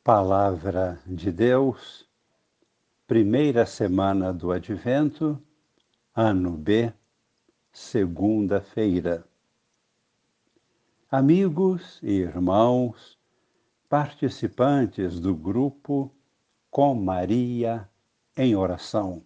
Palavra de Deus, primeira semana do Advento, ano B, segunda-feira. Amigos e irmãos, participantes do grupo Com Maria em Oração.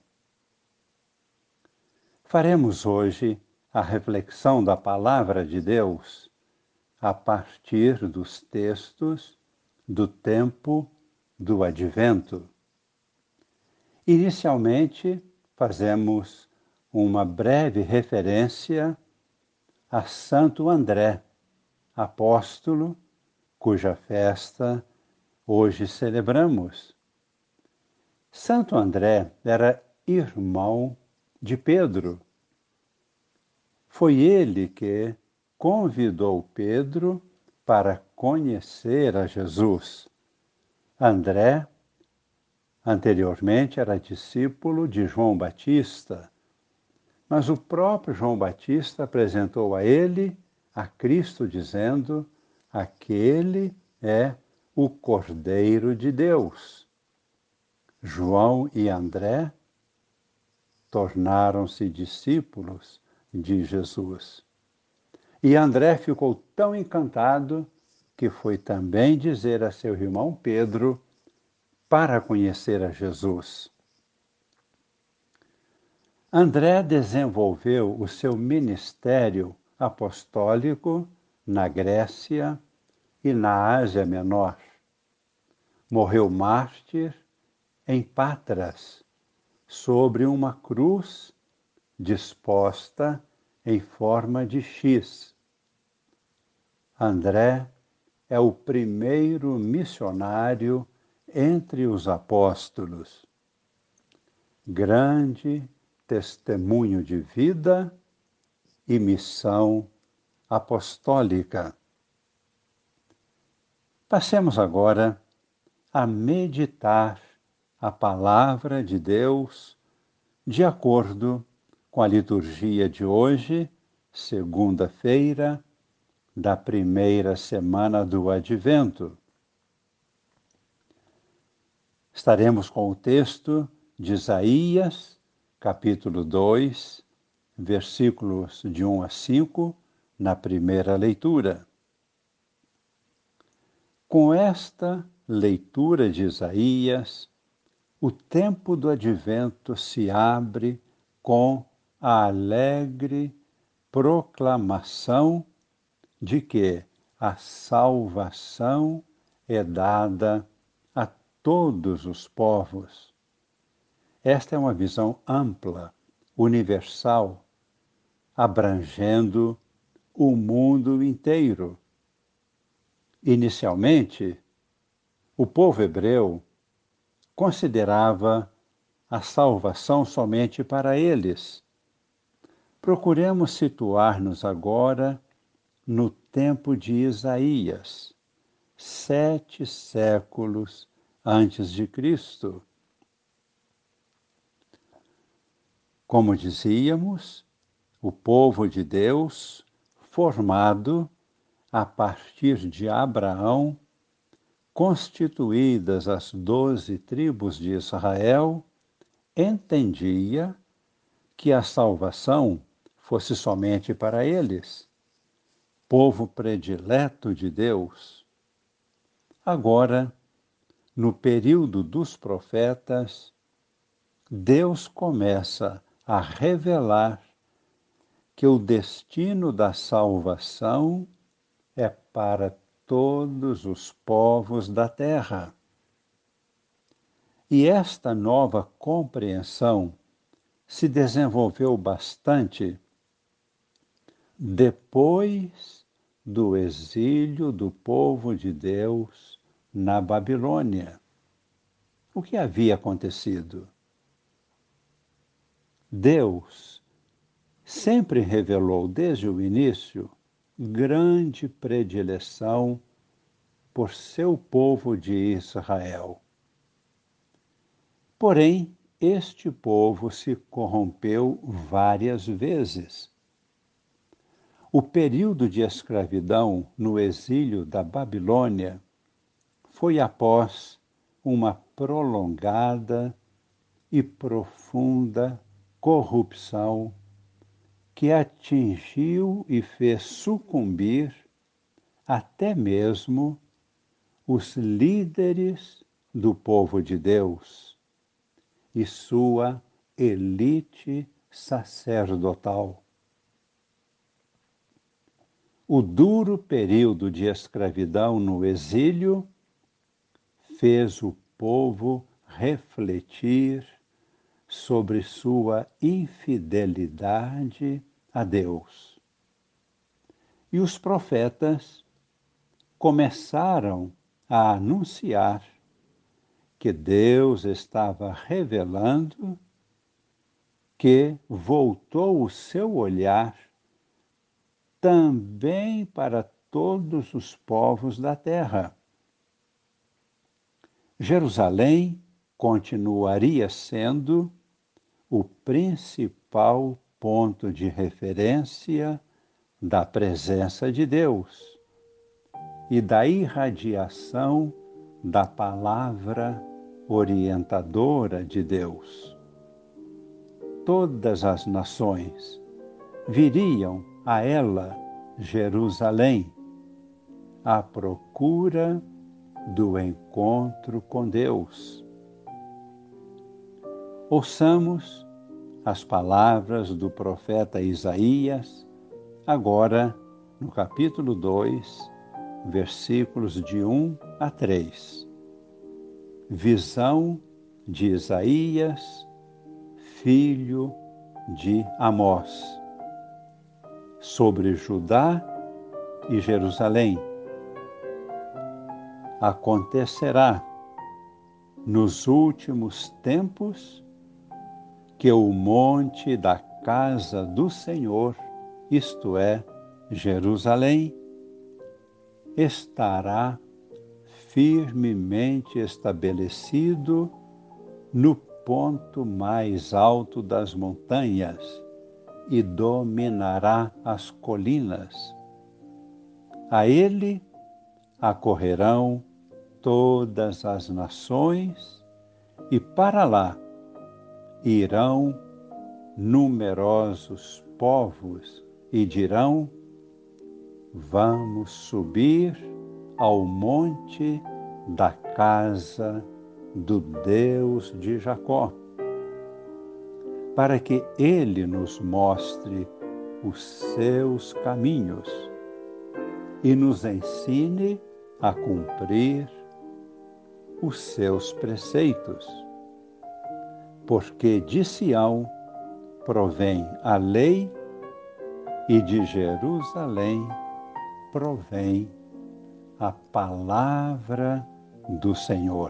Faremos hoje a reflexão da Palavra de Deus a partir dos textos do tempo do Advento. Inicialmente, fazemos uma breve referência a Santo André, apóstolo, cuja festa hoje celebramos. Santo André era irmão de Pedro. Foi ele que convidou Pedro para conhecer a Jesus. André, anteriormente, era discípulo de João Batista, mas o próprio João Batista apresentou a ele a Cristo, dizendo: aquele é o Cordeiro de Deus. João e André tornaram-se discípulos de Jesus. E André ficou tão encantado que foi também dizer a seu irmão Pedro para conhecer a Jesus. André desenvolveu o seu ministério apostólico na Grécia e na Ásia Menor. Morreu mártir em Patras, sobre uma cruz disposta em forma de X. André é o primeiro missionário entre os apóstolos. Grande testemunho de vida e missão apostólica. Passemos agora a meditar a palavra de Deus de acordo com a liturgia de hoje, segunda-feira, da primeira semana do Advento. Estaremos com o texto de Isaías, capítulo 2, versículos de 1 a 5, na primeira leitura. Com esta leitura de Isaías, o tempo do Advento se abre com a alegre proclamação de que a salvação é dada a todos os povos. Esta é uma visão ampla, universal, abrangendo o mundo inteiro. Inicialmente, o povo hebreu considerava a salvação somente para eles. Procuremos situar-nos agora no tempo de Isaías, 7 séculos antes de Cristo. Como dizíamos, o povo de Deus, formado a partir de Abraão, constituídas as 12 tribos de Israel, entendia que a salvação fosse somente para eles, povo predileto de Deus. Agora, no período dos profetas, Deus começa a revelar que o destino da salvação é para todos os povos da terra. E esta nova compreensão se desenvolveu bastante depois do exílio do povo de Deus na Babilônia. O que havia acontecido? Deus sempre revelou desde o início grande predileção por seu povo de Israel. Porém, este povo se corrompeu várias vezes. O período de escravidão no exílio da Babilônia foi após uma prolongada e profunda corrupção que atingiu e fez sucumbir até mesmo os líderes do povo de Deus e sua elite sacerdotal. O duro período de escravidão no exílio fez o povo refletir sobre sua infidelidade a Deus. E os profetas começaram a anunciar que Deus estava revelando que voltou o seu olhar também para todos os povos da terra. Jerusalém continuaria sendo o principal ponto de referência da presença de Deus e da irradiação da palavra orientadora de Deus. Todas as nações viriam a ela, Jerusalém, à procura do encontro com Deus. Ouçamos as palavras do profeta Isaías, agora no capítulo 2, versículos de 1 a 3. Visão de Isaías, filho de Amós, sobre Judá e Jerusalém. Acontecerá nos últimos tempos que o monte da casa do Senhor, isto é, Jerusalém, estará firmemente estabelecido no ponto mais alto das montanhas e dominará as colinas. A ele acorrerão todas as nações e para lá irão numerosos povos e dirão: vamos subir ao monte da casa do Deus de Jacó, para que ele nos mostre os seus caminhos e nos ensine a cumprir os seus preceitos. Porque de Sião provém a lei e de Jerusalém provém a palavra do Senhor.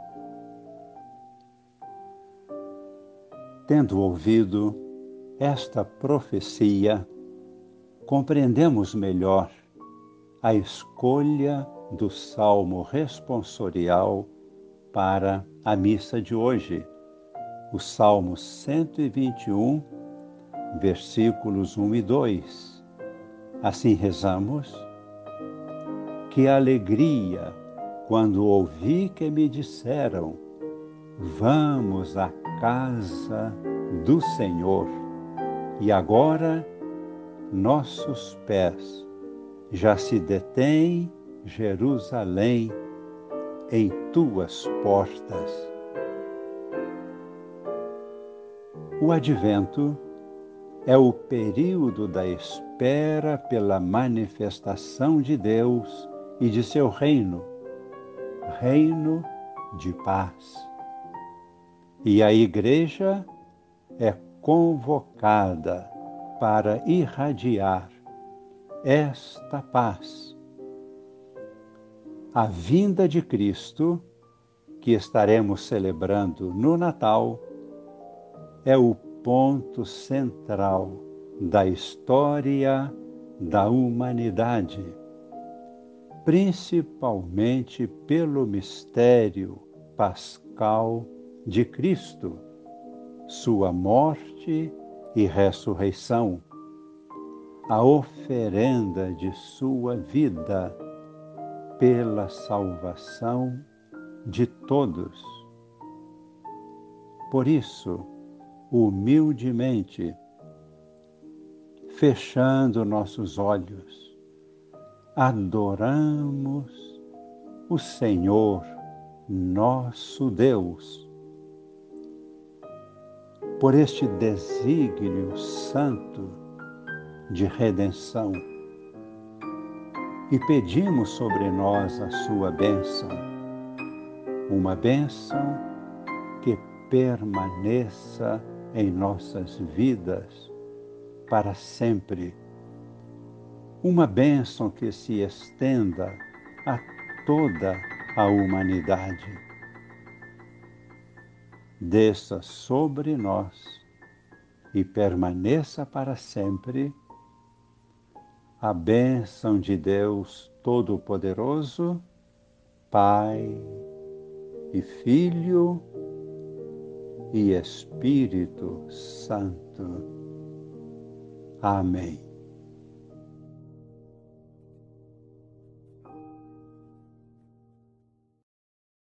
Tendo ouvido esta profecia, compreendemos melhor a escolha do salmo responsorial para a missa de hoje, o Salmo 121, versículos 1 e 2. Assim rezamos: que alegria quando ouvi que me disseram: vamos à casa do Senhor. E agora nossos pés já se detêm, Jerusalém, em tuas portas. O Advento é o período da espera pela manifestação de Deus e de seu reino, reino de paz. E a Igreja é convocada para irradiar esta paz. A vinda de Cristo, que estaremos celebrando no Natal, é o ponto central da história da humanidade, principalmente pelo mistério pascal de Cristo, sua morte e ressurreição, a oferenda de sua vida pela salvação de todos. Por isso, humildemente, fechando nossos olhos, adoramos o Senhor, nosso Deus, por este desígnio santo de redenção, e pedimos sobre nós a sua bênção, uma bênção que permaneça em nossas vidas para sempre, uma bênção que se estenda a toda a humanidade. Desça sobre nós e permaneça para sempre a bênção de Deus Todo-Poderoso, Pai e Filho e Espírito Santo. Amém.